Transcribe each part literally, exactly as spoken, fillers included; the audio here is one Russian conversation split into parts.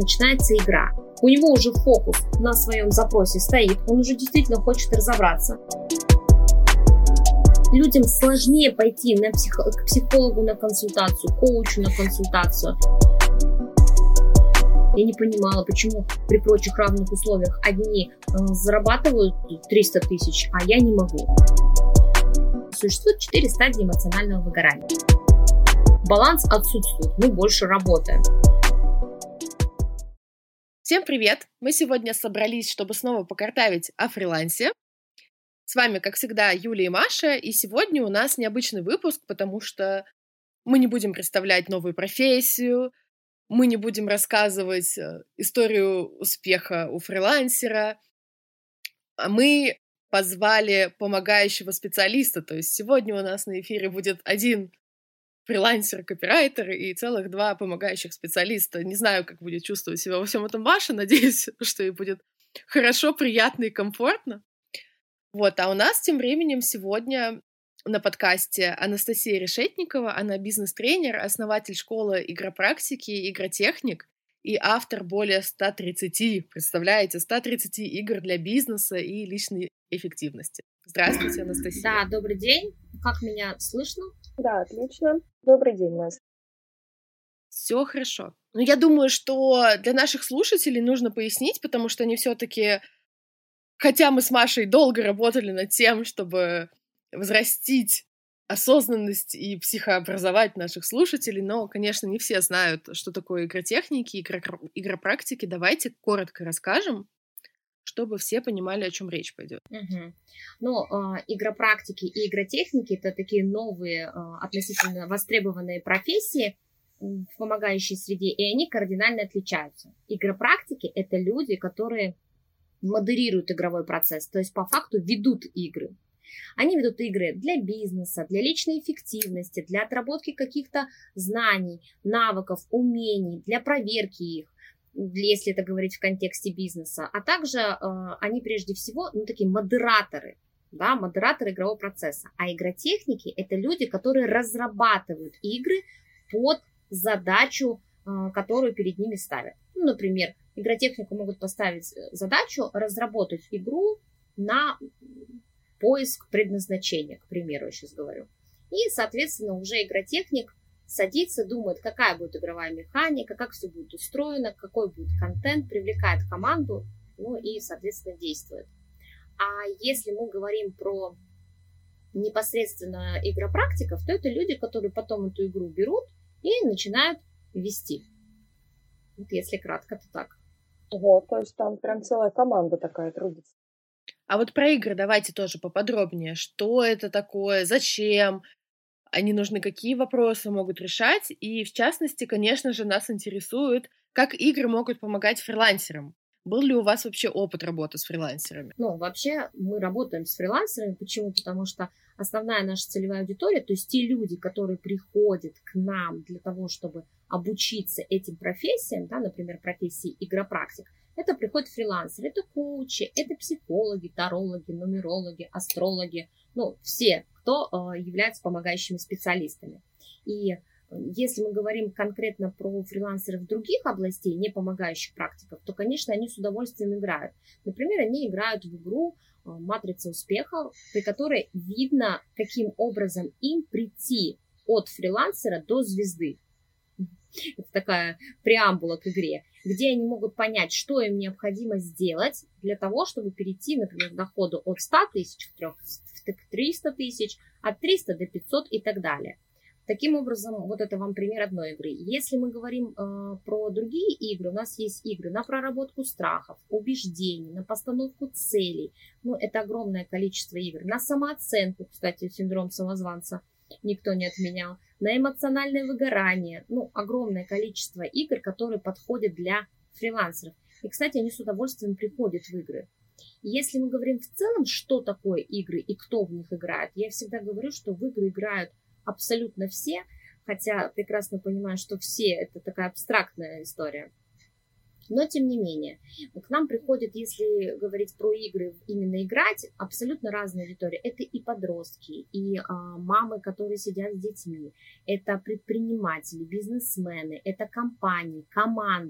начинается игра. У него уже фокус на своем запросе стоит, он уже действительно хочет разобраться. Людям сложнее пойти на псих... к психологу на консультацию, коучу на консультацию. Я не понимала, почему при прочих равных условиях одни э, зарабатывают триста тысяч, а я не могу. Существует четыре стадии эмоционального выгорания. Баланс отсутствует, мы больше работаем. Всем привет! Мы сегодня собрались, чтобы снова покартавить о фрилансе. С вами, как всегда, Юля и Маша, и сегодня у нас необычный выпуск, потому что мы не будем представлять новую профессию, мы не будем рассказывать историю успеха у фрилансера, а мы позвали помогающего специалиста, то есть сегодня у нас на эфире будет один фрилансер-копирайтер и целых два помогающих специалиста. Не знаю, как будет чувствовать себя во всем этом Маша, надеюсь, что ей будет хорошо, приятно и комфортно. Вот, а у нас тем временем сегодня на подкасте Анастасия Решетникова, она бизнес-тренер, основатель школы игропрактики, игротехник и автор более ста тридцати, представляете, ста тридцати игр для бизнеса и личной эффективности. Здравствуйте, Анастасия. Да, добрый день. Как меня слышно? Да, отлично. Добрый день, Настя. Все хорошо. Но я думаю, что для наших слушателей нужно пояснить, потому что они все-таки, хотя мы с Машей долго работали над тем, чтобы взрастить осознанность и психообразовать наших слушателей, но, конечно, не все знают, что такое игротехники, игро- игропрактики. Давайте коротко расскажем, чтобы все понимали, о чем речь пойдет. Угу. Ну, э, игропрактики и игротехники — это такие новые, э, относительно востребованные профессии в помогающей среде, и они кардинально отличаются. Игропрактики — это люди, которые модерируют игровой процесс, то есть по факту ведут игры. Они ведут игры для бизнеса, для личной эффективности, для отработки каких-то знаний, навыков, умений, для проверки их, если это говорить в контексте бизнеса. А также э, они прежде всего, ну, такие модераторы, да, модераторы игрового процесса. А игротехники — это люди, которые разрабатывают игры под задачу, э, которую перед ними ставят. Ну, например, игротехнику могут поставить задачу разработать игру на поиск предназначения, к примеру, я сейчас говорю. И, соответственно, уже игротехник садится, думает, какая будет игровая механика, как все будет устроено, какой будет контент, привлекает команду, ну и, соответственно, действует. А если мы говорим про непосредственно игропрактиков, то это люди, которые потом эту игру берут и начинают вести. Вот если кратко, то так. Вот, то есть там прям целая команда такая трудится. А вот про игры давайте тоже поподробнее. Что это такое, зачем они нужны, какие вопросы могут решать. И, в частности, конечно же, нас интересует, как игры могут помогать фрилансерам. Был ли у вас вообще опыт работы с фрилансерами? Ну, вообще мы работаем с фрилансерами. Почему? Потому что основная наша целевая аудитория, то есть те люди, которые приходят к нам для того, чтобы обучиться этим профессиям, да, например, профессии игропрактик, это приходят фрилансеры, это коучи, это психологи, тарологи, нумерологи, астрологи, ну, все, кто э, являются помогающими специалистами. И если мы говорим конкретно про фрилансеров других областей, не помогающих практиков, то, конечно, они с удовольствием играют. Например, они играют в игру э, «Матрица успеха», при которой видно, каким образом им прийти от фрилансера до звезды. Это такая преамбула к игре, где они могут понять, что им необходимо сделать для того, чтобы перейти, например, к доходу от ста тысяч к триста тысяч, от триста до пятисот и так далее. Таким образом, вот это вам пример одной игры. Если мы говорим э, про другие игры, у нас есть игры на проработку страхов, убеждений, на постановку целей. Ну, это огромное количество игр. На самооценку, кстати, синдром самозванца никто не отменял. На эмоциональное выгорание. Ну, огромное количество игр, которые подходят для фрилансеров. И, кстати, они с удовольствием приходят в игры. И если мы говорим в целом, что такое игры и кто в них играет, я всегда говорю, что в игры играют абсолютно все, хотя прекрасно понимаю, что все — это такая абстрактная история. Но, тем не менее, к нам приходят, если говорить про игры, именно играть, абсолютно разные аудитории. Это и подростки, и а, мамы, которые сидят с детьми, это предприниматели, бизнесмены, это компании, команды.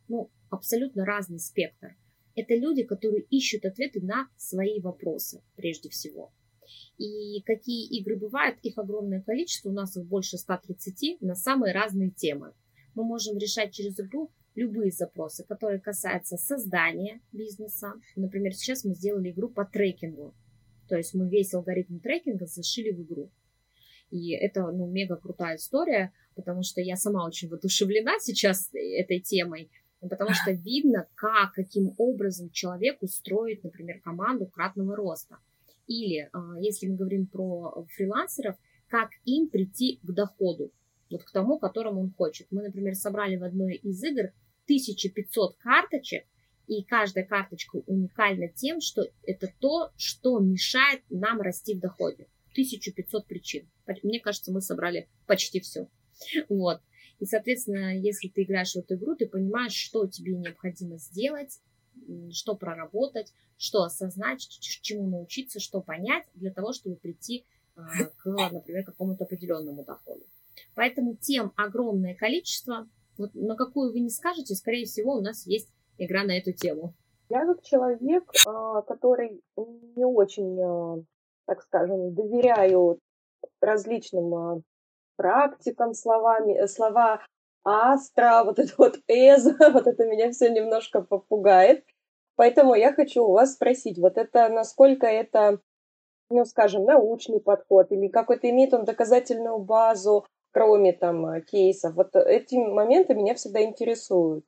ну, абсолютно разный спектр. Это люди, которые ищут ответы на свои вопросы, прежде всего. И какие игры бывают, их огромное количество, у нас их больше ста тридцати на самые разные темы. Мы можем решать через игру любые запросы, которые касаются создания бизнеса. Например, сейчас мы сделали игру по трекингу. То есть мы весь алгоритм трекинга зашили в игру. И это, ну, мега крутая история, потому что я сама очень воодушевлена сейчас этой темой, потому что видно, как, каким образом человек устроит, например, команду кратного роста. Или, если мы говорим про фрилансеров, как им прийти к доходу, вот к тому, которому он хочет. Мы, например, собрали в одной из игр тысяча пятьсот карточек, и каждая карточка уникальна тем, что это то, что мешает нам расти в доходе. тысяча пятьсот причин. Мне кажется, мы собрали почти все. Вот. И, соответственно, если ты играешь в эту игру, ты понимаешь, что тебе необходимо сделать, что проработать, что осознать, чему научиться, что понять для того, чтобы прийти к, например, какому-то определенному доходу. Поэтому тем огромное количество. Вот на какую вы не скажете, скорее всего, у нас есть игра на эту тему. Я как человек, который не очень, так скажем, доверяю различным практикам, словами, слова астра, вот это вот эзо, вот это меня все немножко попугает. Поэтому я хочу у вас спросить, вот это насколько это, ну, скажем, научный подход или какой-то имеет он доказательную базу, кроме там кейсов. Вот эти моменты меня всегда интересуют.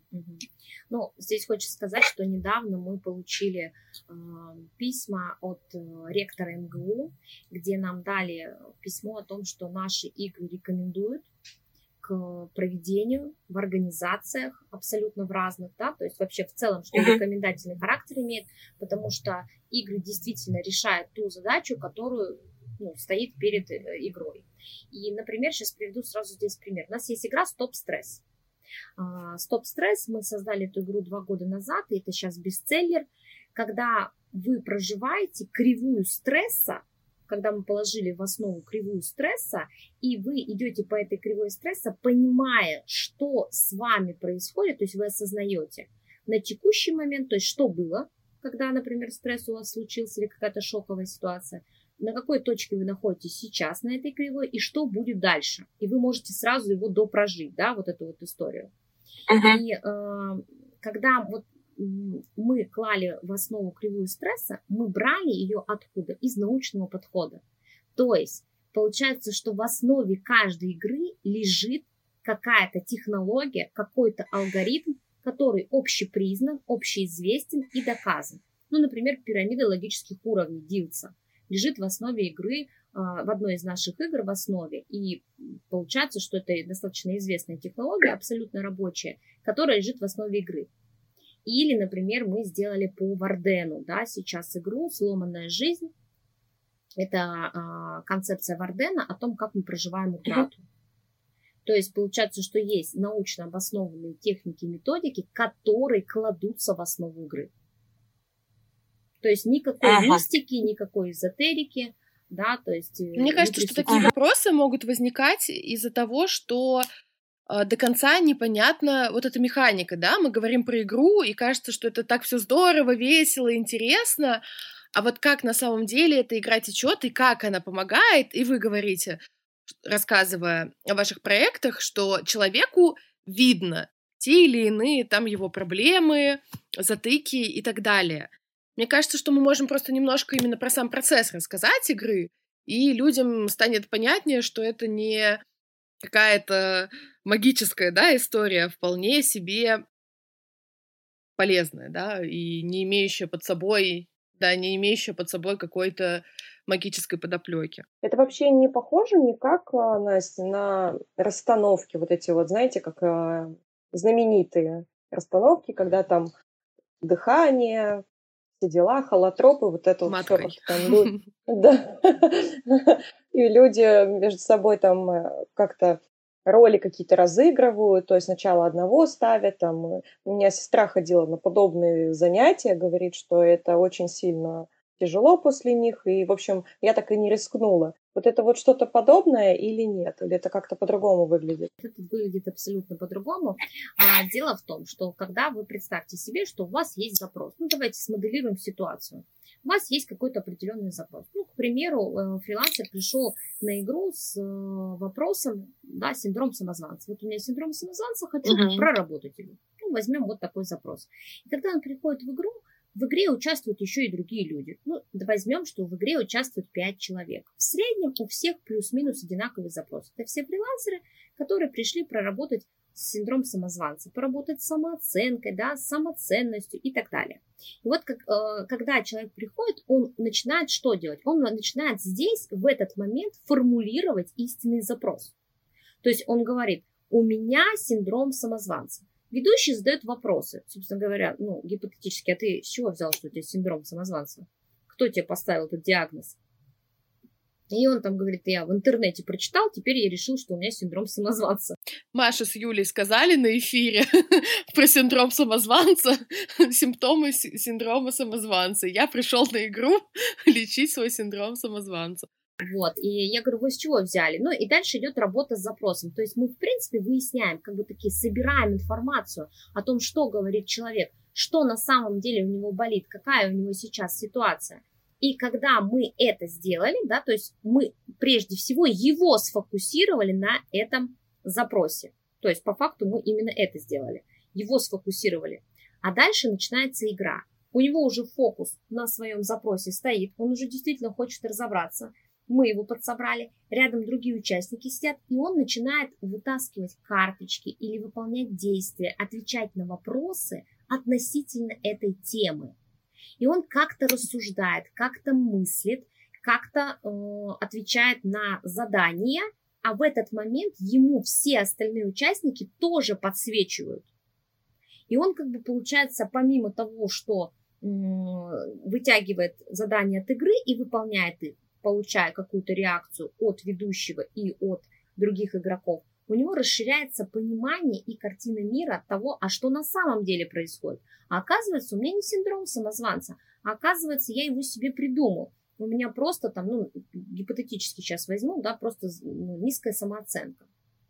Ну, здесь хочется сказать, что недавно мы получили э, письма от э, ректора эм гэ у, где нам дали письмо о том, что наши игры рекомендуют к проведению в организациях абсолютно в разных, да, то есть вообще в целом, что рекомендательный характер имеет, потому что игры действительно решают ту задачу, которую, ну, стоит перед игрой. И, например, сейчас приведу сразу здесь пример. У нас есть игра «Стоп-стресс». «Стоп-стресс» мы создали эту игру два года назад, и это сейчас бестселлер, когда вы проживаете кривую стресса, когда мы положили в основу кривую стресса, и вы идете по этой кривой стресса, понимая, что с вами происходит, то есть вы осознаете на текущий момент, то есть что было, когда, например, стресс у вас случился или какая-то шоковая ситуация, на какой точке вы находитесь сейчас на этой кривой и что будет дальше. И вы можете сразу его допрожить, да, вот эту вот историю. Uh-huh. И э, когда вот мы клали в основу кривую стресса, мы брали ее откуда? Из научного подхода. То есть получается, что в основе каждой игры лежит какая-то технология, какой-то алгоритм, который общепризнан, общеизвестен и доказан. Ну, например, пирамида логических уровней Дилса лежит в основе игры, в одной из наших игр в основе. И получается, что это достаточно известная технология, абсолютно рабочая, которая лежит в основе игры. Или, например, мы сделали по Вардену, да, сейчас игру «Сломанная жизнь». Это а, концепция Вардена о том, как мы проживаем утрату. То есть получается, что есть научно обоснованные техники и методики, которые кладутся в основу игры. То есть никакой ага. мистики, никакой эзотерики, да, то есть... Мне кажется, что такие вопросы могут возникать из-за того, что э, до конца непонятна вот эта механика, да, мы говорим про игру, и кажется, что это так все здорово, весело, интересно, а вот как на самом деле эта игра течет и как она помогает, и вы говорите, рассказывая о ваших проектах, что человеку видно те или иные там его проблемы, затыки и так далее. Мне кажется, что мы можем просто немножко именно про сам процесс рассказать игры, и людям станет понятнее, что это не какая-то магическая, да, история, вполне себе полезная, да, и не имеющая под собой, да, не имеющая под собой какой-то магической подоплеки. Это вообще не похоже никак, Настя, на расстановки вот эти вот, знаете, как знаменитые расстановки, когда там дыхание, все дела, холотропы, вот это вот все, там люди, да, и люди между собой там как-то роли какие-то разыгрывают, то есть сначала одного ставят, там, у меня сестра ходила на подобные занятия, говорит, что это очень сильно тяжело после них, и, в общем, я так и не рискнула. Вот это вот что-то подобное или нет? Или это как-то по-другому выглядит? Это выглядит абсолютно по-другому. А, дело в том, что когда вы представьте себе, что у вас есть запрос. Ну, давайте смоделируем ситуацию. У вас есть какой-то определенный запрос. Ну, к примеру, фрилансер пришел на игру с вопросом, да, синдром самозванца. Вот у меня синдром самозванца, хочу uh-huh. проработать его. Ну, возьмем вот такой запрос. И когда он приходит в игру, в игре участвуют еще и другие люди. Ну, возьмем, что в игре участвует пять человек. В среднем у всех плюс-минус одинаковый запрос. Это все фрилансеры, которые пришли проработать синдром самозванца, поработать с самооценкой, да, с самоценностью и так далее. И вот как, э, когда человек приходит, он начинает что делать? Он начинает здесь, в этот момент, формулировать истинный запрос. То есть он говорит, у меня синдром самозванца. Ведущий задает вопросы, собственно говоря, ну, гипотетически, а ты с чего взял, что у тебя синдром самозванца? Кто тебе поставил этот диагноз? И он там говорит, я в интернете прочитал, теперь я решил, что у меня синдром самозванца. Маша с Юлей сказали на эфире про синдром самозванца, симптомы синдрома самозванца. Я пришел на игру лечить свой синдром самозванца. Вот, и я говорю, вы с чего взяли? Ну, и дальше идет работа с запросом. То есть мы, в принципе, выясняем, как бы такие, собираем информацию о том, что говорит человек, что на самом деле у него болит, какая у него сейчас ситуация. И когда мы это сделали, да, то есть мы прежде всего его сфокусировали на этом запросе. То есть по факту мы именно это сделали. Его сфокусировали. А дальше начинается игра. У него уже фокус на своем запросе стоит, он уже действительно хочет разобраться. Мы его подсобрали, рядом другие участники сидят, и он начинает вытаскивать карточки или выполнять действия, отвечать на вопросы относительно этой темы. И он как-то рассуждает, как-то мыслит, как-то э, отвечает на задания, а в этот момент ему все остальные участники тоже подсвечивают. И он как бы получается, помимо того, что э, вытягивает задания от игры и выполняет их, получая какую-то реакцию от ведущего и от других игроков, у него расширяется понимание и картина мира того, а что на самом деле происходит. А оказывается, у меня не синдром самозванца, а оказывается, я его себе придумал. У меня просто там, ну, гипотетически сейчас возьму, да, просто ну, низкая самооценка,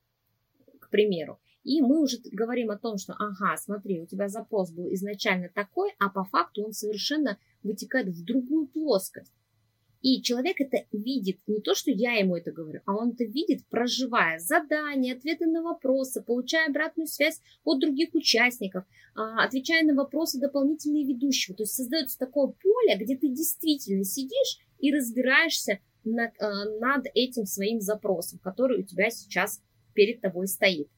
к примеру. И мы уже говорим о том, что, ага, смотри, у тебя запрос был изначально такой, а по факту он совершенно вытекает в другую плоскость. И человек это видит, не то, что я ему это говорю, а он это видит, проживая задания, ответы на вопросы, получая обратную связь от других участников, отвечая на вопросы дополнительные ведущего. То есть создается такое поле, где ты действительно сидишь и разбираешься над, над этим своим запросом, который у тебя сейчас перед тобой стоит.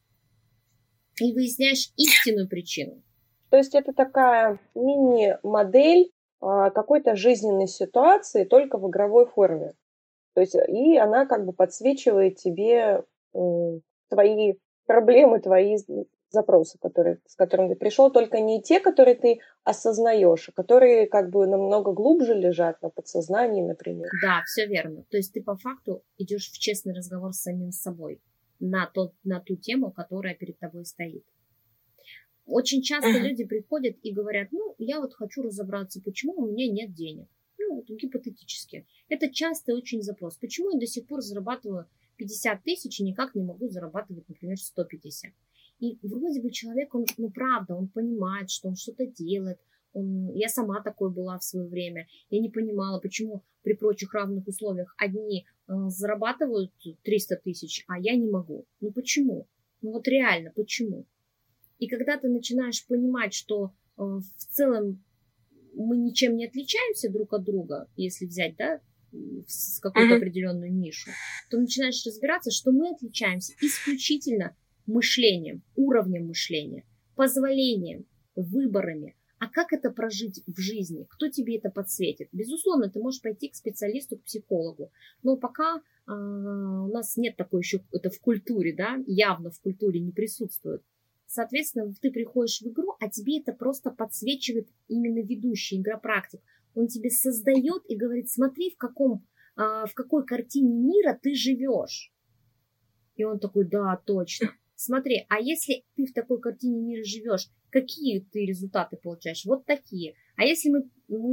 И выясняешь истинную причину. То есть это такая мини-модель какой-то жизненной ситуации только в игровой форме. То есть и она как бы подсвечивает тебе э, твои проблемы, твои запросы, которые, с которыми ты пришел, только не те, которые ты осознаешь, а которые как бы намного глубже лежат на подсознании, например. Да, все верно. То есть ты по факту идешь в честный разговор с самим собой на, тот, на ту тему, которая перед тобой стоит. Очень часто uh-huh. люди приходят и говорят, ну, я вот хочу разобраться, почему у меня нет денег. Ну, вот гипотетически. Это частый очень запрос. Почему я до сих пор зарабатываю пятьдесят тысяч и никак не могу зарабатывать, например, сто пятьдесят. И вроде бы человек, он, ну, правда, он понимает, что он что-то делает. Он, я сама такой была в свое время. Я не понимала, почему при прочих равных условиях одни э, зарабатывают триста тысяч, а я не могу. Ну, почему? Ну, вот реально, почему? И когда ты начинаешь понимать, что э, в целом мы ничем не отличаемся друг от друга, если взять, да, с какую-то uh-huh. определенную нишу, то начинаешь разбираться, что мы отличаемся исключительно мышлением, уровнем мышления, позволением, выборами. А как это прожить в жизни? Кто тебе это подсветит? Безусловно, ты можешь пойти к специалисту, к психологу. Но пока э, у нас нет такой еще, это в культуре, да, явно в культуре не присутствует. Соответственно, ты приходишь в игру, а тебе это просто подсвечивает именно ведущий, игропрактик. Он тебе создает и говорит, смотри, в, каком, а, в какой картине мира ты живешь. И он такой, да, точно. Смотри, а если ты в такой картине мира живешь, какие ты результаты получаешь? Вот такие. А если мы, мы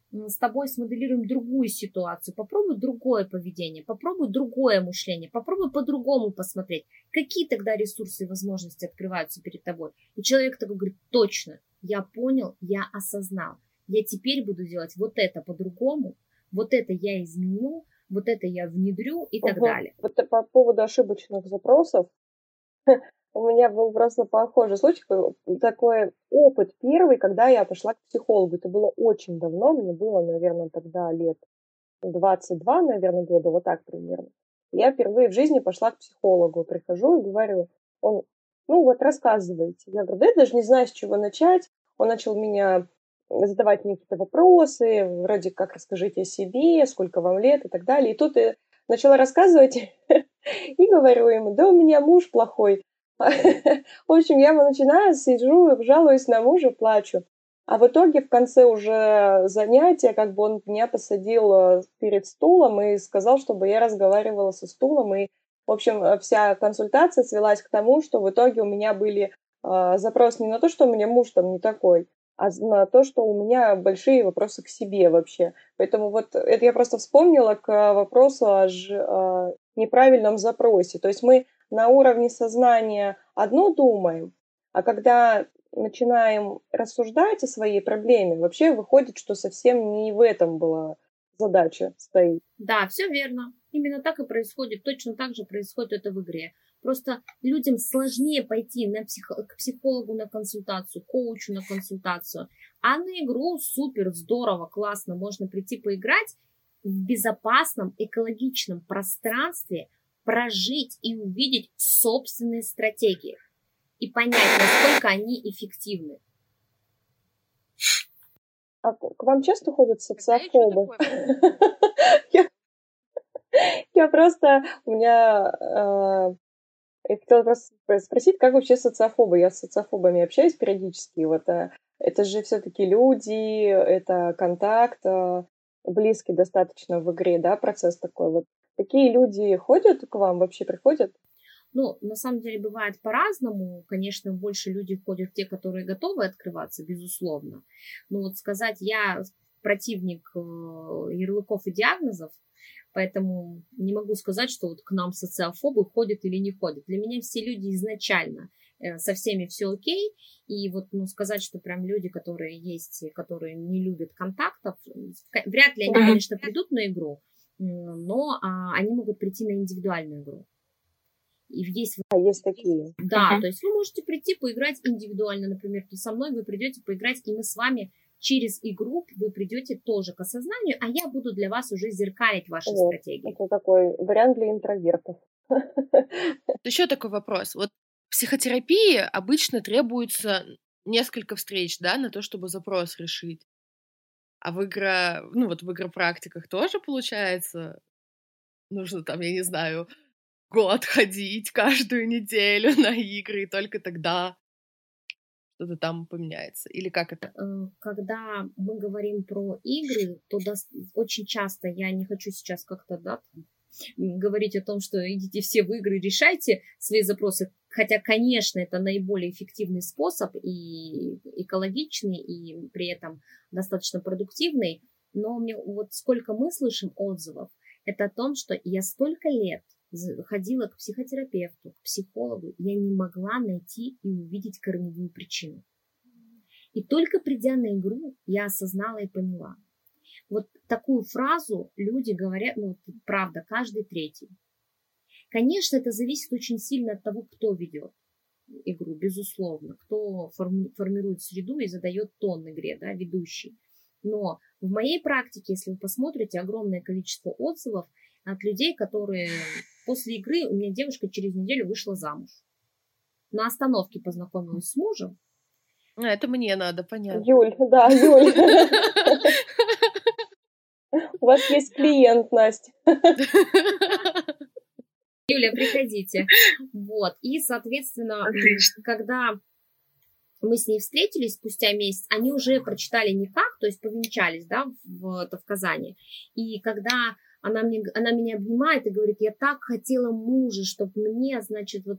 с тобой смоделируем другую ситуацию, попробуй другое поведение, попробуй другое мышление, попробуй по-другому посмотреть, какие тогда ресурсы и возможности открываются перед тобой. И человек такой говорит, точно, я понял, я осознал, я теперь буду делать вот это по-другому, вот это я изменю, вот это я внедрю и так Ого. далее. Вот по поводу ошибочных запросов, у меня был просто похожий случай, такой опыт первый, когда я пошла к психологу. Это было очень давно, мне было, наверное, тогда лет двадцать два, наверное, года, вот так примерно. Я впервые в жизни пошла к психологу, прихожу и говорю, он, ну вот рассказывайте. Я говорю, да я даже не знаю, с чего начать. Он начал меня задавать мне какие-то вопросы, вроде как расскажите о себе, сколько вам лет и так далее. И тут я начала рассказывать и говорю ему, да у меня муж плохой. В общем, я начинаю, сижу, жалуюсь на мужа, плачу. А в итоге в конце уже занятия как бы он меня посадил перед стулом и сказал, чтобы я разговаривала со стулом. И, в общем, вся консультация свелась к тому, что в итоге у меня были э, запросы не на то, что у меня муж там не такой, а на то, что у меня большие вопросы к себе вообще. Поэтому вот это я просто вспомнила к вопросу о, ж, о неправильном запросе. То есть мы на уровне сознания одно думаем, а когда начинаем рассуждать о своей проблеме, вообще выходит, что совсем не в этом была задача стоит. Да, все верно. Именно так и происходит. Точно так же происходит это в игре. Просто людям сложнее пойти на псих... к психологу на консультацию, к коучу на консультацию. А на игру супер, здорово, классно. Можно прийти поиграть в безопасном, экологичном пространстве, прожить и увидеть собственные стратегии и понять, насколько они эффективны. А к вам часто ходят социофобы? Я просто, у меня, я хотела просто спросить, как вообще социофобы? Я с социофобами общаюсь периодически. Вот это же все-таки люди, это контакт, близкий достаточно в игре, да, процесс такой вот. Такие люди ходят к вам, вообще приходят? Ну, на самом деле бывает по-разному. Конечно, больше люди ходят те, которые готовы открываться, безусловно. Но вот сказать, я противник ярлыков и диагнозов, поэтому не могу сказать, что вот к нам социофобы ходят или не ходят. Для меня все люди изначально, со всеми все окей. И вот ну, сказать, что прям люди, которые есть, которые не любят контактов, вряд ли они, конечно, придут на игру, но а, они могут прийти на индивидуальную игру. И есть, а, есть такие. Да, uh-huh. То есть вы можете прийти поиграть индивидуально, например, то со мной вы придете поиграть, и мы с вами через игру вы придете тоже к осознанию, а я буду для вас уже зеркалить ваши вот, стратегии. Это такой вариант для интровертов. Еще такой вопрос. Вот в психотерапии обычно требуется несколько встреч, да, на то, чтобы запрос решить. А в игра, ну вот в игропрактиках тоже получается, нужно там, я не знаю, год ходить каждую неделю на игры, и только тогда что-то там поменяется. Или как это? Когда мы говорим про игры, то до... очень часто, я не хочу сейчас как-то, да, говорить о том, что идите все в игры, решайте свои запросы, хотя, конечно, это наиболее эффективный способ и экологичный, и при этом достаточно продуктивный, но мне, вот сколько мы слышим отзывов, это о том, что я столько лет ходила к психотерапевту, к психологу, я не могла найти и увидеть корневую причину. И только придя на игру, я осознала и поняла. Вот такую фразу люди говорят, ну, правда, каждый третий. Конечно, это зависит очень сильно от того, кто ведет игру, безусловно, кто форми- формирует среду и задает тон игре, да, ведущий. Но в моей практике, если вы посмотрите, огромное количество отзывов от людей, которые после игры, у меня девушка через неделю вышла замуж. На остановке познакомилась с мужем. А, это мне надо, понятно. Юль, да, Юль. У вас есть клиент, Настя. Юля, приходите. Вот. И, соответственно, Отлично. Когда мы с ней встретились спустя месяц, они уже прочитали никак, то есть повенчались, да, в, в Казани. И когда она, мне, она меня обнимает и говорит, я так хотела мужа, чтобы мне, значит, вот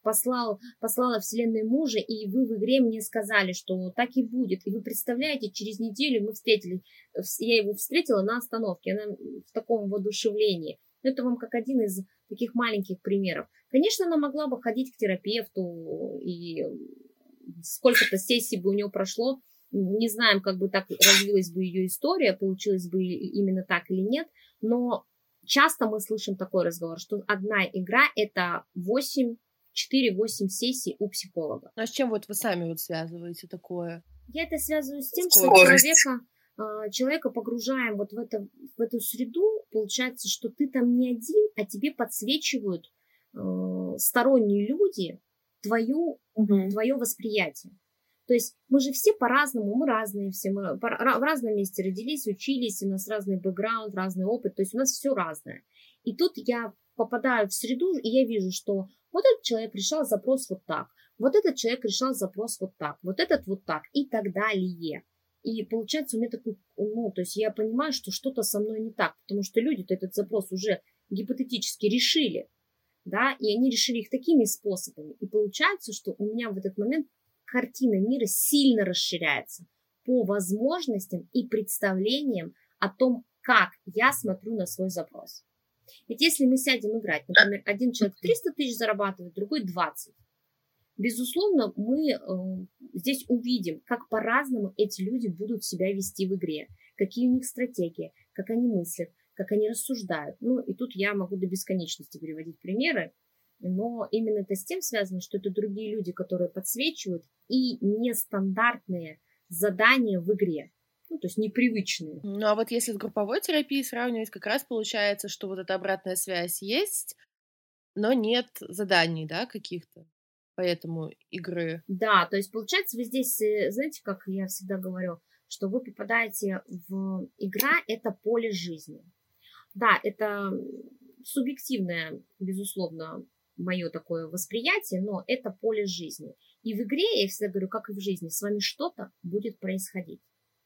послал, послала вселенная мужа, и вы в игре мне сказали, что так и будет. И вы представляете, через неделю мы встретились, я его встретила на остановке, она в таком воодушевлении. Это вам как один из таких маленьких примеров. Конечно, она могла бы ходить к терапевту, и сколько-то сессий бы у нее прошло. Не знаем, как бы так развилась бы ее история, получилось бы именно так или нет, но часто мы слышим такой разговор, что одна игра – это восемь, четыре-восемь сессий у психолога. А с чем вот вы сами вот связываете такое? Я это связываю с тем, Скорость. что человека, человека погружаем вот в, это, в эту среду, получается, что ты там не один, а тебе подсвечивают э, сторонние люди твою, угу. твое восприятие. То есть мы же все по-разному, мы разные все, мы в разном месте родились, учились, у нас разный бэкграунд, разный опыт, то есть у нас все разное. И тут я попадаю в среду, и я вижу, что вот этот человек решал запрос вот так, вот этот человек решал запрос вот так, вот этот вот так и так далее. И получается у меня такой, ну, то есть я понимаю, что что-то со мной не так, потому что люди-то этот запрос уже гипотетически решили, да, и они решили их такими способами. И получается, что у меня в этот момент картина мира сильно расширяется по возможностям и представлениям о том, как я смотрю на свой запрос. Ведь если мы сядем играть, например, один человек триста тысяч зарабатывает, другой двадцать, безусловно, мы э, здесь увидим, как по-разному эти люди будут себя вести в игре, какие у них стратегии, как они мыслят, как они рассуждают. Ну, и тут я могу до бесконечности приводить примеры, но именно это с тем связано, что это другие люди, которые подсвечивают, и нестандартные задания в игре, ну, то есть непривычные. Ну, а вот если с групповой терапией сравнивать, как раз получается, что вот эта обратная связь есть, но нет заданий, да, каких-то, поэтому игры. Да, то есть получается вы здесь, знаете, как я всегда говорю, что вы попадаете в... Игра — это поле жизни. Да, это субъективное, безусловно, мое такое восприятие, но это поле жизни. И в игре, я всегда говорю, как и в жизни, с вами что-то будет происходить.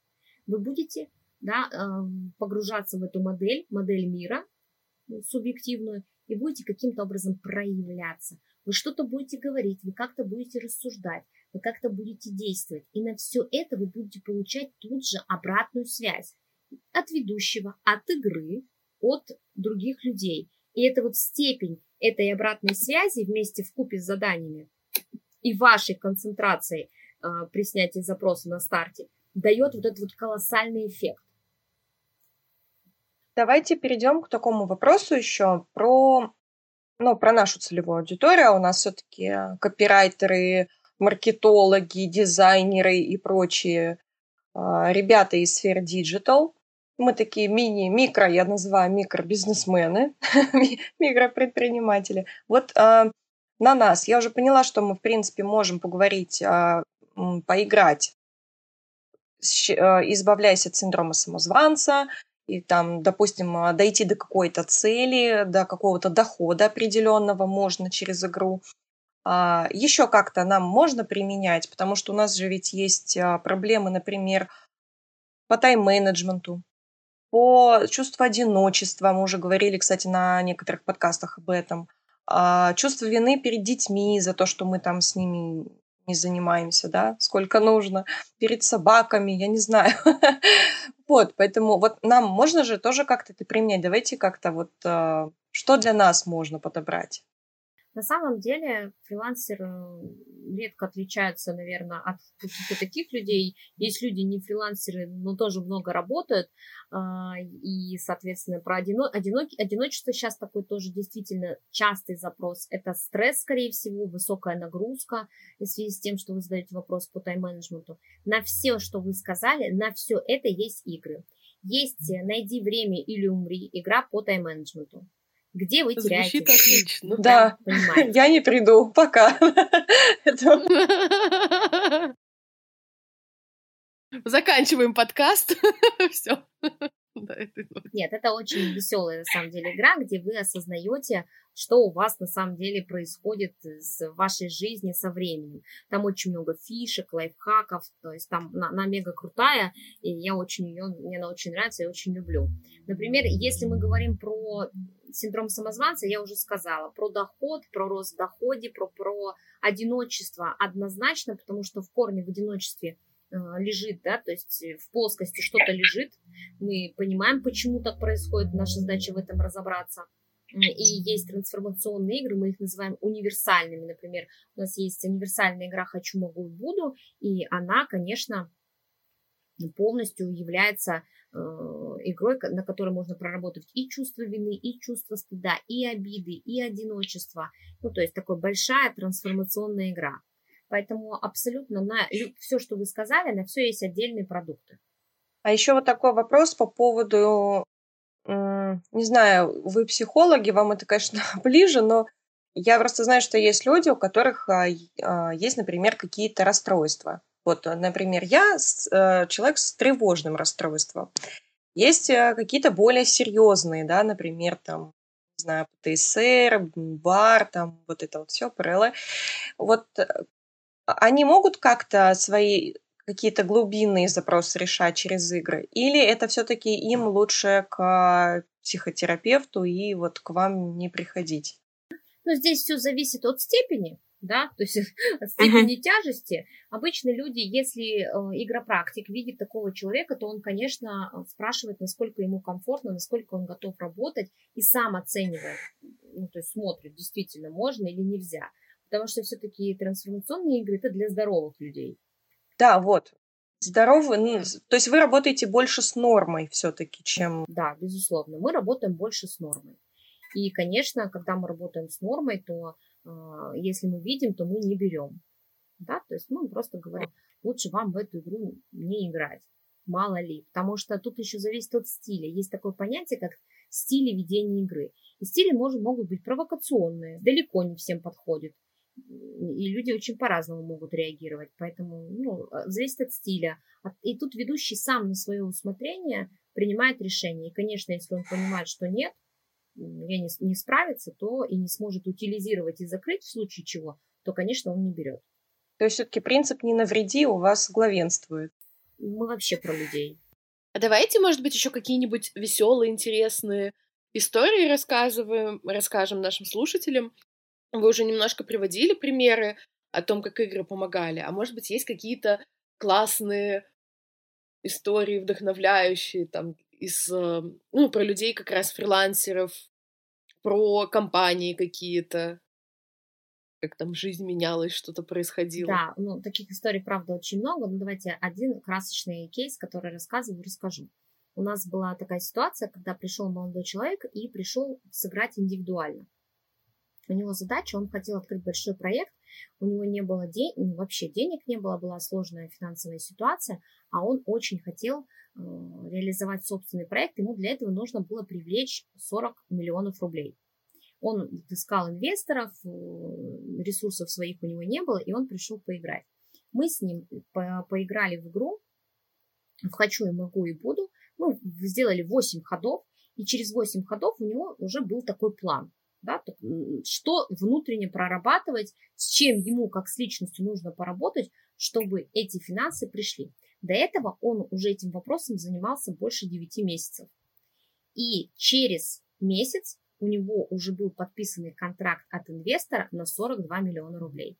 Вы будете, да, погружаться в эту модель, модель мира субъективную, и будете каким-то образом проявляться. Вы что-то будете говорить, вы как-то будете рассуждать, вы как-то будете действовать. И на все это вы будете получать тут же обратную связь от ведущего, от игры, от других людей. И это вот степень этой обратной связи вместе вкупе с заданиями и вашей концентрацией э, при снятии запроса на старте дает вот этот вот колоссальный эффект. Давайте перейдем к такому вопросу еще про, ну, про нашу целевую аудиторию. У нас все-таки копирайтеры, маркетологи, дизайнеры и прочие э, ребята из сферы диджитал. Мы такие мини-микро, я называю микробизнесмены, микропредприниматели. Вот э, на нас, я уже поняла, что мы, в принципе, можем поговорить, э, поиграть, э, избавляясь от синдрома самозванца, и там, допустим, дойти до какой-то цели, до какого-то дохода определенного можно через игру. А, еще как-то нам можно применять, потому что у нас же ведь есть проблемы, например, по тайм-менеджменту, по чувству одиночества, мы уже говорили, кстати, на некоторых подкастах об этом, а, чувство вины перед детьми за то, что мы там с ними не занимаемся, да, сколько нужно, перед собаками, я не знаю. Вот, поэтому вот нам можно же тоже как-то это применять. Давайте как-то вот, что для нас можно подобрать? На самом деле фрилансеры редко отличаются, наверное, от каких-то таких людей. Есть люди не фрилансеры, но тоже много работают. И, соответственно, про одино... одинок... одиночество сейчас такой тоже действительно частый запрос. Это стресс, скорее всего, высокая нагрузка в связи с тем, что вы задаете вопрос по тайм-менеджменту. На все, что вы сказали, на все это есть игры. Есть «Найди время или умри» игра по тайм-менеджменту. Где вы теряете? Звучит отлично. Да, я не приду, пока. Заканчиваем подкаст. Все. Нет, это очень веселая, на самом деле, игра, где вы осознаете, что у вас на самом деле происходит с вашей жизни со временем. Там очень много фишек, лайфхаков, то есть там она, она мега крутая, и я очень ее, мне она очень нравится, я очень люблю. Например, если мы говорим про синдром самозванца я уже сказала. Про доход, про рост в доходе, про, про одиночество однозначно, потому что в корне в одиночестве лежит, да, то есть в плоскости что-то лежит. Мы понимаем, почему так происходит, наша задача в этом разобраться. И есть трансформационные игры, мы их называем универсальными. Например, у нас есть универсальная игра «Хочу, могу, буду», и она, конечно, полностью является э, игрой, на которой можно проработать и чувство вины, и чувство стыда, и обиды, и одиночество. Ну, то есть такая большая трансформационная игра. Поэтому абсолютно на все, что вы сказали, на все есть отдельные продукты. А еще вот такой вопрос по поводу, не знаю, вы психологи, вам это, конечно, ближе, но я просто знаю, что есть люди, у которых есть, например, какие-то расстройства. Вот, например, я человек с тревожным расстройством. Есть какие-то более серьезные, да, например, там, не знаю, ПТСР, БАР, там, вот это вот все, ПРЛ. Вот они могут как-то свои какие-то глубинные запросы решать через игры? Или это все-таки им лучше к психотерапевту и вот к вам не приходить? Ну, здесь все зависит от степени, да, то есть от степени uh-huh. тяжести. Обычно люди, если э, игропрактик видит такого человека, то он, конечно, спрашивает, насколько ему комфортно, насколько он готов работать, и сам оценивает, ну, то есть смотрит, действительно, можно или нельзя. Потому что все-таки трансформационные игры – это для здоровых людей. Да, вот. Здоровый, ну, то есть вы работаете больше с нормой все-таки, чем... Да, безусловно. Мы работаем больше с нормой. И, конечно, когда мы работаем с нормой, то э, если мы видим, то мы не берем. Да? То есть мы просто говорим, лучше вам в эту игру не играть. Мало ли. Потому что тут еще зависит от стиля. Есть такое понятие, как стили ведения игры. И стили может, могут быть провокационные, далеко не всем подходят. И люди очень по-разному могут реагировать, поэтому ну, зависит от стиля. И тут ведущий сам на свое усмотрение принимает решение. И, конечно, если он понимает, что нет, я не, не справится, то и не сможет утилизировать и закрыть в случае чего, то, конечно, он не берет. То есть все-таки принцип «не навреди» у вас главенствует? Мы вообще про людей. А давайте, может быть, еще какие-нибудь веселые, интересные истории рассказываем, расскажем нашим слушателям. Вы уже немножко приводили примеры о том, как игры помогали, а может быть, есть какие-то классные истории, вдохновляющие, там, из, ну, про людей как раз фрилансеров, про компании какие-то, как там жизнь менялась, что-то происходило. Да, ну, таких историй, правда, очень много, но давайте один красочный кейс, который рассказываю, расскажу. У нас была такая ситуация, когда пришел молодой человек и пришел сыграть индивидуально. У него задача, он хотел открыть большой проект, у него не было денег, ну, вообще денег не было, была сложная финансовая ситуация, а он очень хотел э, реализовать собственный проект, ему для этого нужно было привлечь сорок миллионов рублей. Он искал инвесторов, ресурсов своих у него не было, и он пришел поиграть. Мы с ним по- поиграли в игру в «Хочу и могу и буду», ну, сделали восемь ходов, и через восемь ходов у него уже был такой план. Да, что внутренне прорабатывать, с чем ему как с личностью нужно поработать, чтобы эти финансы пришли. До этого он уже этим вопросом занимался больше девяти месяцев. И через месяц у него уже был подписанный контракт от инвестора на сорок два миллиона рублей.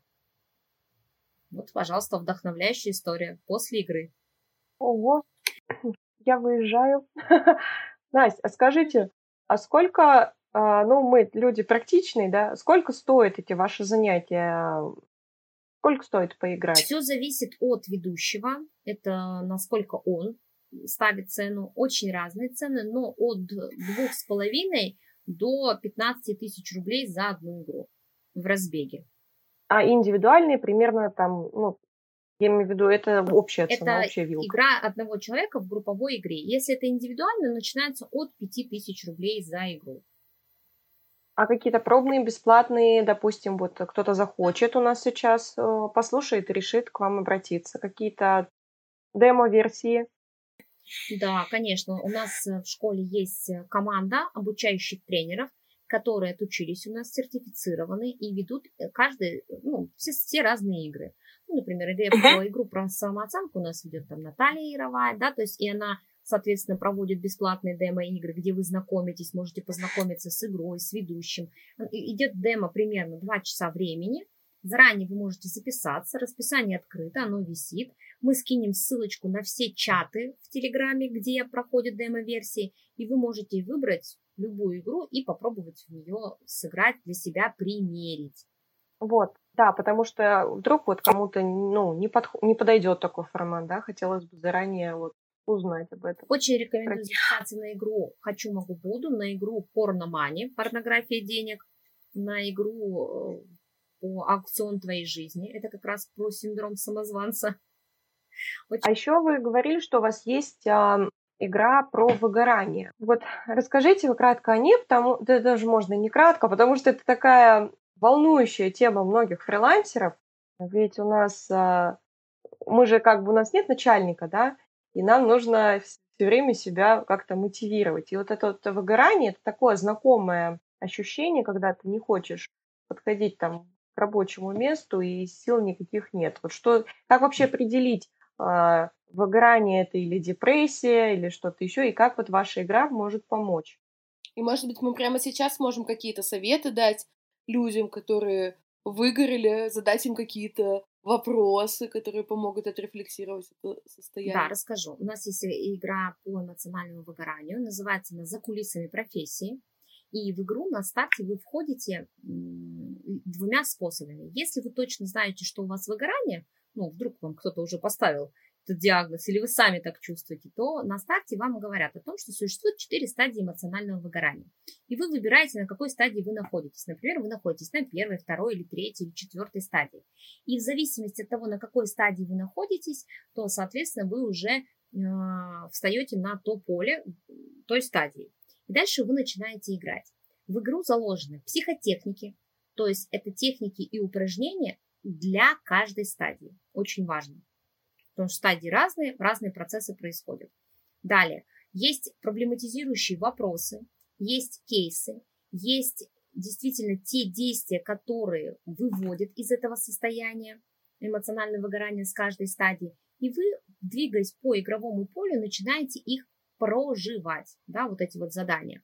Вот, пожалуйста, вдохновляющая история после игры. Ого, я выезжаю. Настя, а скажите, а сколько... Ну, мы люди практичные, да? Сколько стоят эти ваши занятия? Сколько стоит поиграть? Все зависит от ведущего. Это насколько он ставит цену. Очень разные цены, но от двух с половиной до пятнадцати тысяч рублей за одну игру в разбеге. А индивидуальные примерно там, ну, я имею в виду, это общая цена, это общая вилка. Игра одного человека в групповой игре. Если это индивидуально, начинается от пяти тысяч рублей за игру. А какие-то пробные, бесплатные, допустим, вот кто-то захочет у нас сейчас, послушает и решит к вам обратиться. Какие-то демо-версии? Да, конечно. У нас в школе есть команда обучающих тренеров, которые отучились у нас, сертифицированы и ведут каждый, ну, все, все разные игры. Ну, например, игру, игру про самооценку у нас ведет там Наталья Яровая, да, то есть и она соответственно, проводят бесплатные демо-игры, где вы знакомитесь, можете познакомиться с игрой, с ведущим. Идет демо примерно два часа времени. Заранее вы можете записаться, расписание открыто, оно висит. Мы скинем ссылочку на все чаты в Телеграме, где проходят демо-версии, и вы можете выбрать любую игру и попробовать в нее сыграть для себя, примерить. Вот, да, потому что вдруг вот кому-то, ну, не, подх... не подойдет такой формат, да, хотелось бы заранее вот узнать об этом. Очень рекомендую записаться на игру «Хочу, могу, буду», на игру «Порномани», «Порнография денег», на игру по «Аукцион твоей жизни». Это как раз про синдром самозванца. Очень... А еще вы говорили, что у вас есть а, игра про выгорание. Вот расскажите вы кратко о ней, потому да, даже можно не кратко, потому что это такая волнующая тема многих фрилансеров. Ведь у нас, а, мы же как бы, у нас нет начальника, да, и нам нужно все время себя как-то мотивировать. И вот это вот выгорание, это такое знакомое ощущение, когда ты не хочешь подходить там к рабочему месту и сил никаких нет. Вот что, как вообще определить, э, выгорание это или депрессия, или что-то еще, и как вот ваша игра может помочь? И, может быть, мы прямо сейчас можем какие-то советы дать людям, которые выгорели, задать им какие-то вопросы, которые помогут отрефлексировать это состояние. Да, расскажу. У нас есть игра по эмоциональному выгоранию, называется она «За кулисами профессии». И в игру на старте вы входите двумя способами. Если вы точно знаете, что у вас выгорание, ну, вдруг вам кто-то уже поставил этот диагноз, или вы сами так чувствуете, то на старте вам говорят о том, что существует четыре стадии эмоционального выгорания. И вы выбираете, на какой стадии вы находитесь. Например, вы находитесь на первой, второй, или третьей, или четвертой стадии. И в зависимости от того, на какой стадии вы находитесь, то, соответственно, вы уже э, встаете на то поле той стадии. И дальше вы начинаете играть. В игру заложены психотехники, то есть это техники и упражнения для каждой стадии. Очень важно. Потому что стадии разные, разные процессы происходят. Далее, есть проблематизирующие вопросы, есть кейсы, есть действительно те действия, которые выводят из этого состояния эмоционального выгорания с каждой стадии. И вы, двигаясь по игровому полю, начинаете их проживать, да, вот эти вот задания.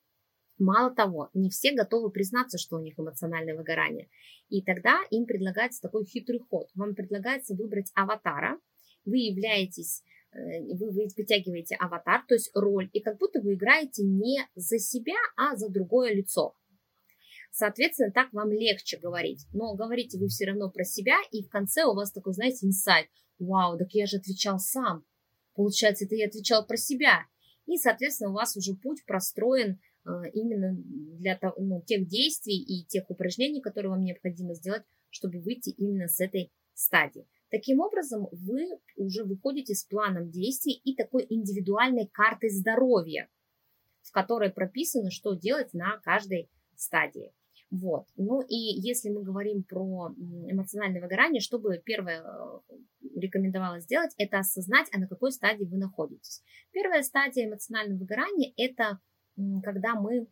Мало того, не все готовы признаться, что у них эмоциональное выгорание. И тогда им предлагается такой хитрый ход. Вам предлагается выбрать аватара. Вы являетесь, вы вытягиваете аватар, то есть роль, и как будто вы играете не за себя, а за другое лицо. Соответственно, так вам легче говорить. Но говорите вы все равно про себя, и в конце у вас такой, знаете, инсайт. Вау, так я же отвечал сам. Получается, это я отвечал про себя. И, соответственно, у вас уже путь простроен э, именно для того, ну, тех действий и тех упражнений, которые вам необходимо сделать, чтобы выйти именно с этой стадии. Таким образом, вы уже выходите с планом действий и такой индивидуальной картой здоровья, в которой прописано, что делать на каждой стадии. Вот. Ну и если мы говорим про эмоциональное выгорание, что бы первое рекомендовалось сделать, это осознать, а на какой стадии вы находитесь. Первая стадия эмоционального выгорания – это когда мы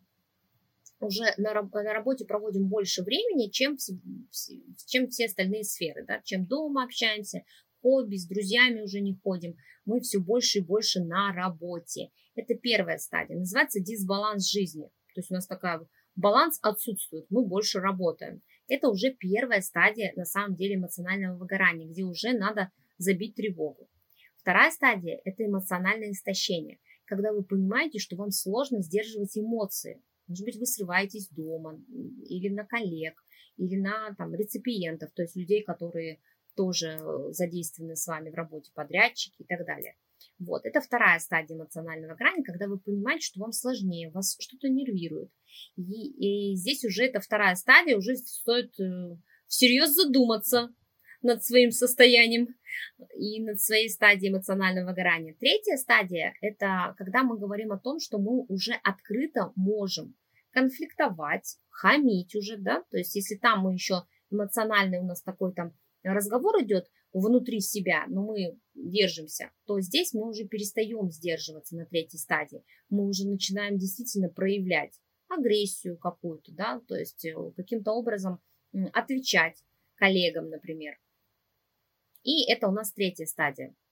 уже на работе проводим больше времени, чем, чем все остальные сферы, да? Чем дома общаемся, хобби, с друзьями уже не ходим, мы все больше и больше на работе. Это первая стадия, называется дисбаланс жизни. То есть у нас такая баланс отсутствует, мы больше работаем. Это уже первая стадия, на самом деле, эмоционального выгорания, где уже надо забить тревогу. Вторая стадия – это эмоциональное истощение, когда вы понимаете, что вам сложно сдерживать эмоции. Может быть, вы срываетесь дома, или на коллег, или на там, реципиентов, то есть людей, которые тоже задействованы с вами в работе, подрядчики и так далее. Вот, это вторая стадия эмоционального выгорания, когда вы понимаете, что вам сложнее, вас что-то нервирует. И, и здесь уже эта вторая стадия, уже стоит э, всерьез задуматься над своим состоянием и над своей стадией эмоционального выгорания. Третья стадия – это когда мы говорим о том, что мы уже открыто можем конфликтовать, хамить уже, да, то есть если там мы еще эмоциональный у нас такой там разговор идет внутри себя, но мы держимся, то здесь мы уже перестаем сдерживаться на третьей стадии. Мы уже начинаем действительно проявлять агрессию какую-то, да, то есть каким-то образом отвечать коллегам, например. И это у нас третья стадия.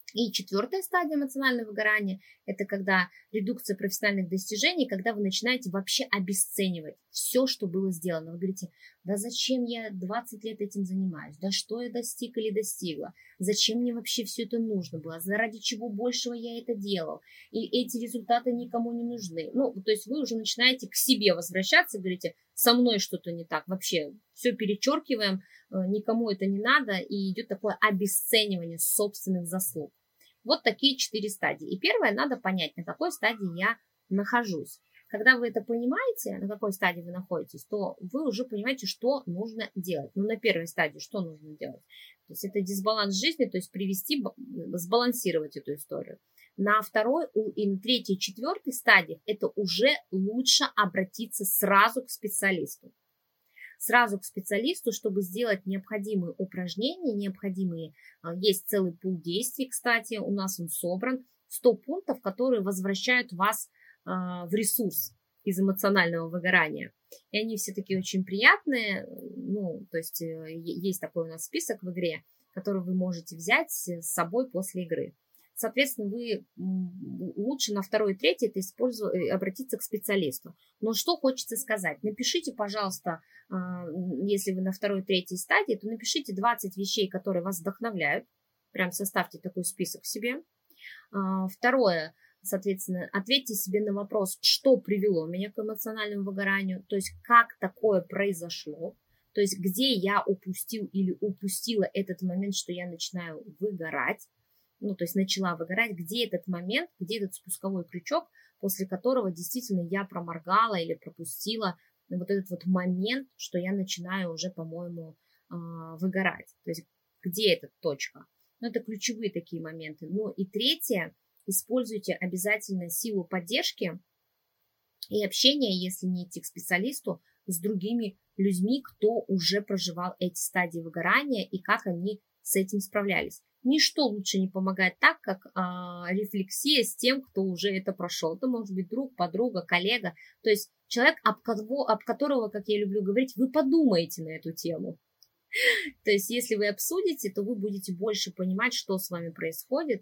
И четвертая стадия эмоционального выгорания – это когда редукция профессиональных достижений, когда вы начинаете вообще обесценивать все, что было сделано. Вы говорите, да зачем я двадцать лет этим занимаюсь, да что я достиг или достигла, зачем мне вообще все это нужно было, заради чего большего я это делал, и эти результаты никому не нужны. Ну, то есть вы уже начинаете к себе возвращаться, говорите, со мной что-то не так, вообще все перечеркиваем, никому это не надо, и идет такое обесценивание собственных заслуг. Вот такие четыре стадии. И первое, надо понять, на какой стадии я нахожусь. Когда вы это понимаете, на какой стадии вы находитесь, то вы уже понимаете, что нужно делать. Ну, на первой стадии что нужно делать? То есть это дисбаланс жизни, то есть привести, сбалансировать эту историю. На второй и на третьей, четвертой стадии это уже лучше обратиться сразу к специалисту. Сразу к специалисту, чтобы сделать необходимые упражнения, необходимые, есть целый пул действий, кстати, у нас он собран, сто пунктов, которые возвращают вас в ресурс из эмоционального выгорания. И они все такие очень приятные, ну, то есть есть такой у нас список в игре, который вы можете взять с собой после игры. Соответственно, вы лучше на второй и третий это использовать, обратиться к специалисту. Но что хочется сказать? Напишите, пожалуйста, если вы на второй и третьей стадии, то напишите двадцать вещей, которые вас вдохновляют. Прям составьте такой список себе. Второе, соответственно, ответьте себе на вопрос, что привело меня к эмоциональному выгоранию, то есть как такое произошло, то есть где я упустил или упустила этот момент, что я начинаю выгорать. Ну, то есть начала выгорать, где этот момент, где этот спусковой крючок, после которого действительно я проморгала или пропустила вот этот вот момент, что я начинаю уже, по-моему, выгорать. То есть где эта точка? Ну, это ключевые такие моменты. Ну, и третье, используйте обязательно силу поддержки и общения, если не идти к специалисту, с другими людьми, кто уже проживал эти стадии выгорания и как они с этим справлялись. Ничто лучше не помогает так, как а, рефлексия с тем, кто уже это прошел. Это может быть друг, подруга, коллега. То есть человек, об, кого, об которого, как я люблю говорить, вы подумаете на эту тему. То есть если вы обсудите, то вы будете больше понимать, что с вами происходит.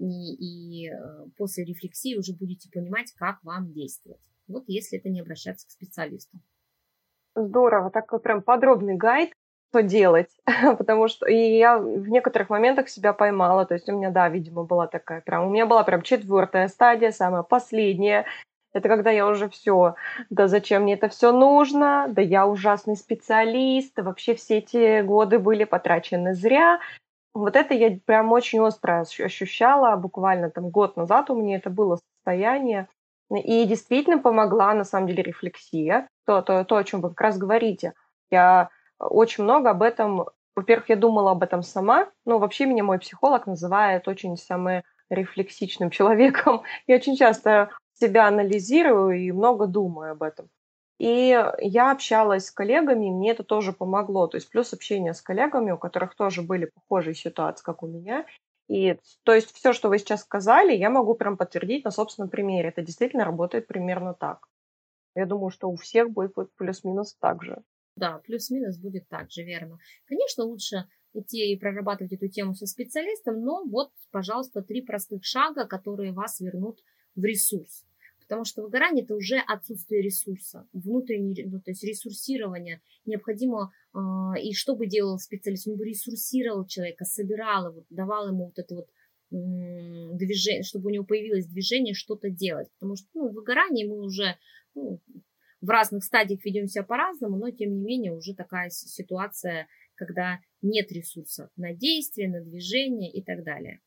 И, и после рефлексии уже будете понимать, как вам действовать. Вот если это не обращаться к специалисту. Здорово, такой прям подробный гайд, что делать, потому что и я в некоторых моментах себя поймала, то есть у меня, да, видимо, была такая прям, у меня была прям четвертая стадия, самая последняя, это когда я уже все, да зачем мне это все нужно, да я ужасный специалист, да вообще все эти годы были потрачены зря. Вот это я прям очень остро ощущала, буквально там год назад у меня это было состояние, и действительно помогла на самом деле рефлексия, то, то, то о чем вы как раз говорите. Я очень много об этом, во-первых, я думала об этом сама, но вообще меня мой психолог называет очень саморефлексичным человеком. Я очень часто себя анализирую и много думаю об этом. И я общалась с коллегами, и мне это тоже помогло. То есть плюс общение с коллегами, у которых тоже были похожие ситуации, как у меня. И то есть все, что вы сейчас сказали, я могу прям подтвердить на собственном примере. Это действительно работает примерно так. Я думаю, что у всех будет плюс-минус так же. Да, плюс-минус будет так же, верно. Конечно, лучше идти и прорабатывать эту тему со специалистом, но вот, пожалуйста, три простых шага, которые вас вернут в ресурс. Потому что выгорание – это уже отсутствие ресурса, внутреннее, ну, то есть ресурсирование необходимо. Э, и что бы делал специалист? Он бы ресурсировал человека, собирал его, давал ему вот это вот э, движение, чтобы у него появилось движение что-то делать. Потому что ну, в выгорании мы уже ну, в разных стадиях ведем себя по-разному, но тем не менее уже такая ситуация, когда нет ресурса на действие, на движение и так далее.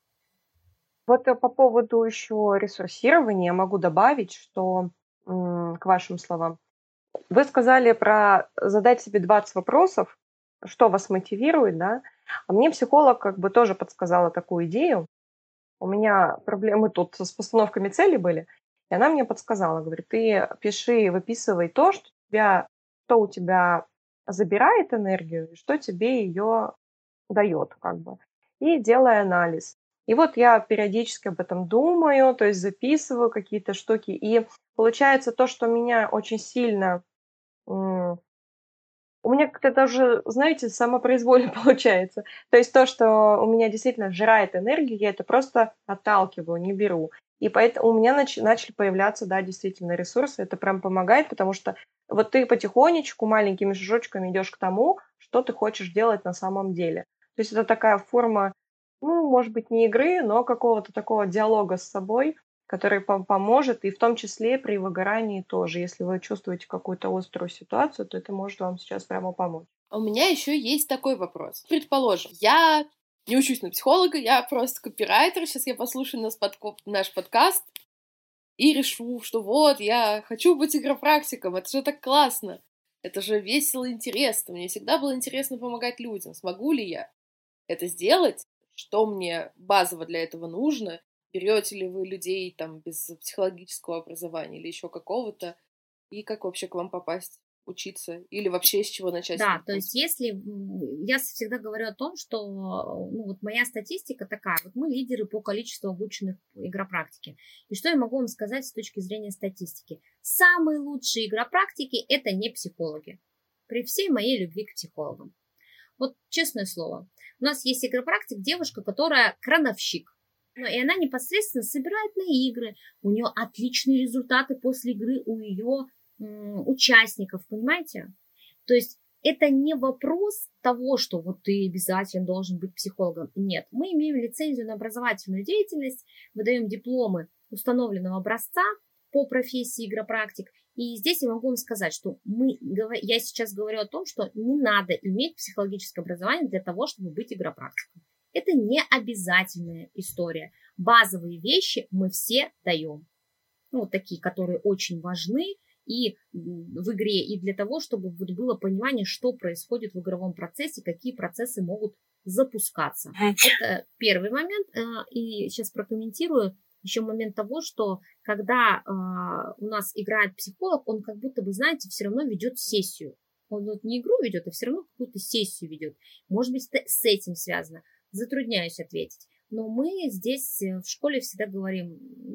Вот по поводу еще ресурсирования я могу добавить, что к вашим словам. Вы сказали про задать себе двадцать вопросов, что вас мотивирует, да? А мне психолог как бы тоже подсказала такую идею. У меня проблемы тут с постановками целей были, и она мне подсказала, говорит, ты пиши, выписывай то, что, тебя, что у тебя забирает энергию, и что тебе ее дает, как бы, и делай анализ. И вот я периодически об этом думаю, то есть записываю какие-то штуки. И получается то, что меня очень сильно м, У меня как-то даже, знаете, самопроизвольно получается. То есть то, что у меня действительно сжирает энергию, я это просто отталкиваю, не беру. И поэтому у меня нач- начали появляться, да, действительно ресурсы. Это прям помогает, потому что вот ты потихонечку, маленькими шажочками идешь к тому, что ты хочешь делать на самом деле. То есть это такая форма, ну, может быть, не игры, но какого-то такого диалога с собой, который пом- поможет, и в том числе при выгорании тоже. Если вы чувствуете какую-то острую ситуацию, то это может вам сейчас прямо помочь. А у меня еще есть такой вопрос. Предположим, я не учусь на психолога, я просто копирайтер. Сейчас я послушаю наш, подко... наш подкаст и решу, что вот, я хочу быть игропрактиком. Это же так классно. Это же весело и интересно. Мне всегда было интересно помогать людям. Смогу ли я это сделать? Что мне базово для этого нужно? Берете ли вы людей там без психологического образования или еще какого-то? И как вообще к вам попасть? Учиться или вообще с чего начать? Да, то есть если я всегда говорю о том, что ну, вот моя статистика такая, вот мы лидеры по количеству обученных игропрактики. И что я могу вам сказать с точки зрения статистики? Самые лучшие игропрактики это не психологи. При всей моей любви к психологам. Вот честное слово. У нас есть игропрактик, девушка, которая крановщик. Ну, и она непосредственно собирает на игры. У нее отличные результаты после игры у ее м, участников, понимаете? То есть это не вопрос того, что вот ты обязательно должен быть психологом. Нет, мы имеем лицензию на образовательную деятельность, выдаем дипломы установленного образца по профессии игропрактик. И здесь я могу вам сказать, что мы, я сейчас говорю о том, что не надо иметь психологическое образование для того, чтобы быть игропрактиком. Это не обязательная история. Базовые вещи мы все даем. Ну, вот такие, которые очень важны и в игре, и для того, чтобы вот было понимание, что происходит в игровом процессе, какие процессы могут запускаться. Это первый момент. И сейчас прокомментирую еще момент того, что когда у нас играет психолог, он как будто бы, знаете, все равно ведет сессию. Он вот не игру ведет, а все равно какую-то сессию ведет. Может быть, с этим связано. Затрудняюсь ответить. Но мы здесь в школе всегда говорим,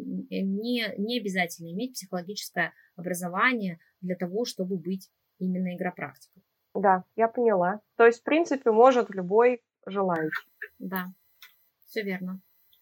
не, не обязательно иметь психологическое образование для того, чтобы быть именно игропрактиком. Да, я поняла. То есть, в принципе, может любой желающий. Да, все верно.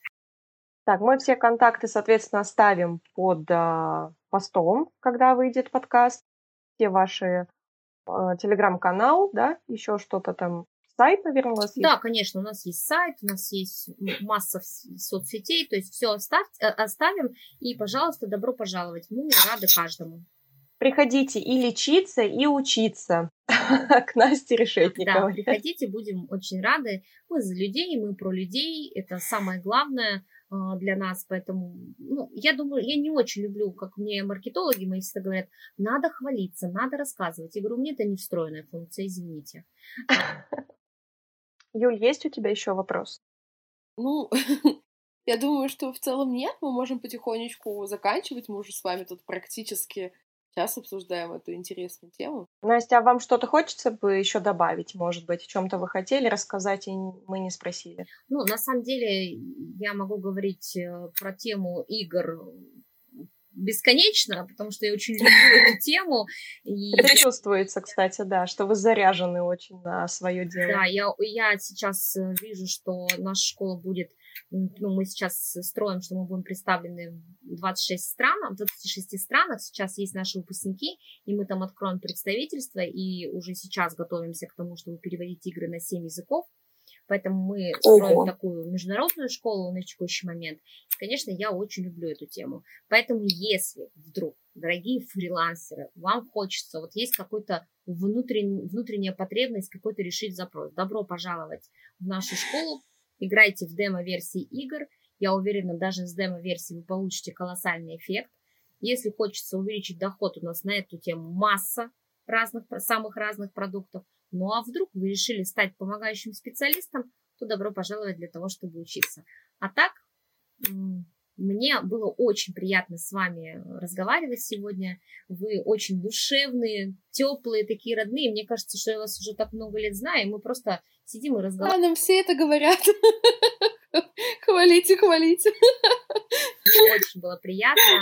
Так, мы все контакты, соответственно, оставим под а, постом, когда выйдет подкаст. Все ваши а, телеграм-канал, да, еще что-то там. Сайт, наверное, у вас есть? Да, конечно, у нас есть сайт, у нас есть масса соцсетей, то есть все оставь, оставим, и, пожалуйста, добро пожаловать, мы рады каждому. Приходите и лечиться, и учиться к Насте Решетниковой. Да, приходите, будем очень рады. Мы за людей, мы про людей, это самое главное для нас, поэтому, ну, я думаю, я не очень люблю, как мне маркетологи мои всегда говорят, надо хвалиться, надо рассказывать. Я говорю, мне это не встроенная функция, извините. Юль, есть у тебя еще вопрос? Ну, я думаю, что в целом нет, мы можем потихонечку заканчивать, мы уже с вами тут практически час обсуждаем эту интересную тему. Настя, а вам что-то хочется бы еще добавить, может быть, о чем-то вы хотели рассказать, и мы не спросили? Ну, на самом деле, я могу говорить про тему игр бесконечно, потому что я очень люблю эту тему. И... Это чувствуется, кстати, да, что вы заряжены очень на свое дело. Да, я, я сейчас вижу, что наша школа будет, ну, мы сейчас строим, что мы будем представлены в двадцать шесть стран, в двадцати шести странах сейчас есть наши выпускники, и мы там откроем представительство, и уже сейчас готовимся к тому, чтобы переводить игры на семь языков. Поэтому мы строим Ого. такую международную школу на текущий момент. И, конечно, я очень люблю эту тему. Поэтому, если вдруг, дорогие фрилансеры, вам хочется, вот есть какой-то внутренний, внутренняя потребность какой-то решить запрос, добро пожаловать в нашу школу, играйте в демо-версии игр. Я уверена, даже с демо-версии вы получите колоссальный эффект. Если хочется увеличить доход, у нас на эту тему масса разных, самых разных продуктов. Ну а вдруг вы решили стать помогающим специалистом, то добро пожаловать для того, чтобы учиться. А так, мне было очень приятно с вами разговаривать сегодня. Вы очень душевные, теплые, такие родные. Мне кажется, что я вас уже так много лет знаю, и мы просто сидим и разговариваем. А нам все это говорят. Хвалите, хвалите. Мне очень было приятно.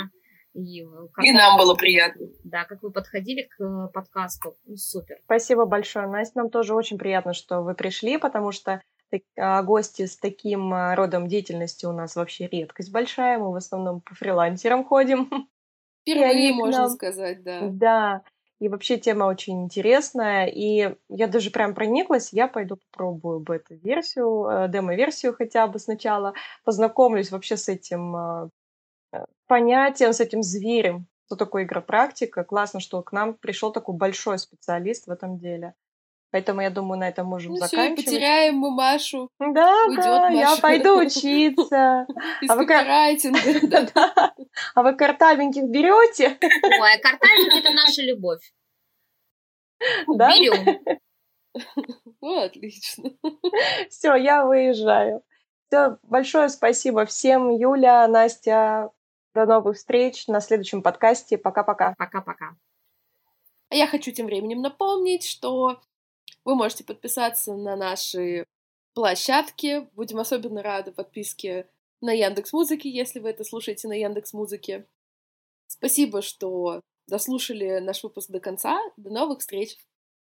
И, и нам было приятно. Да, как вы подходили к подкасту. Ну, супер. Спасибо большое, Настя. Нам тоже очень приятно, что вы пришли, потому что гости с таким родом деятельности у нас вообще редкость большая. Мы в основном по фрилансерам ходим. Впервые, можно сказать, да. Да. И вообще тема очень интересная. И я даже прям прониклась. Я пойду попробую бета-версию, демо-версию хотя бы сначала. Познакомлюсь вообще с этим понятием, с этим зверем, что такое игропрактика. Классно, что к нам пришел такой большой специалист в этом деле. Поэтому, я думаю, на этом можем ну, заканчивать. Ну все, и потеряем мы Машу. Да, Уйдет да, Маша. я пойду учиться. Из копирайтинга. А вы картавеньких берете? Ой, картавинг — это наша любовь. Берем. Ну, отлично. Все, я выезжаю. Все, большое спасибо всем. Юля, Настя, до новых встреч на следующем подкасте. Пока-пока. Пока-пока. А я хочу тем временем напомнить, что вы можете подписаться на наши площадки. Будем особенно рады подписке на Яндекс.Музыке, если вы это слушаете на Яндекс.Музыке. Спасибо, что дослушали наш выпуск до конца. До новых встреч!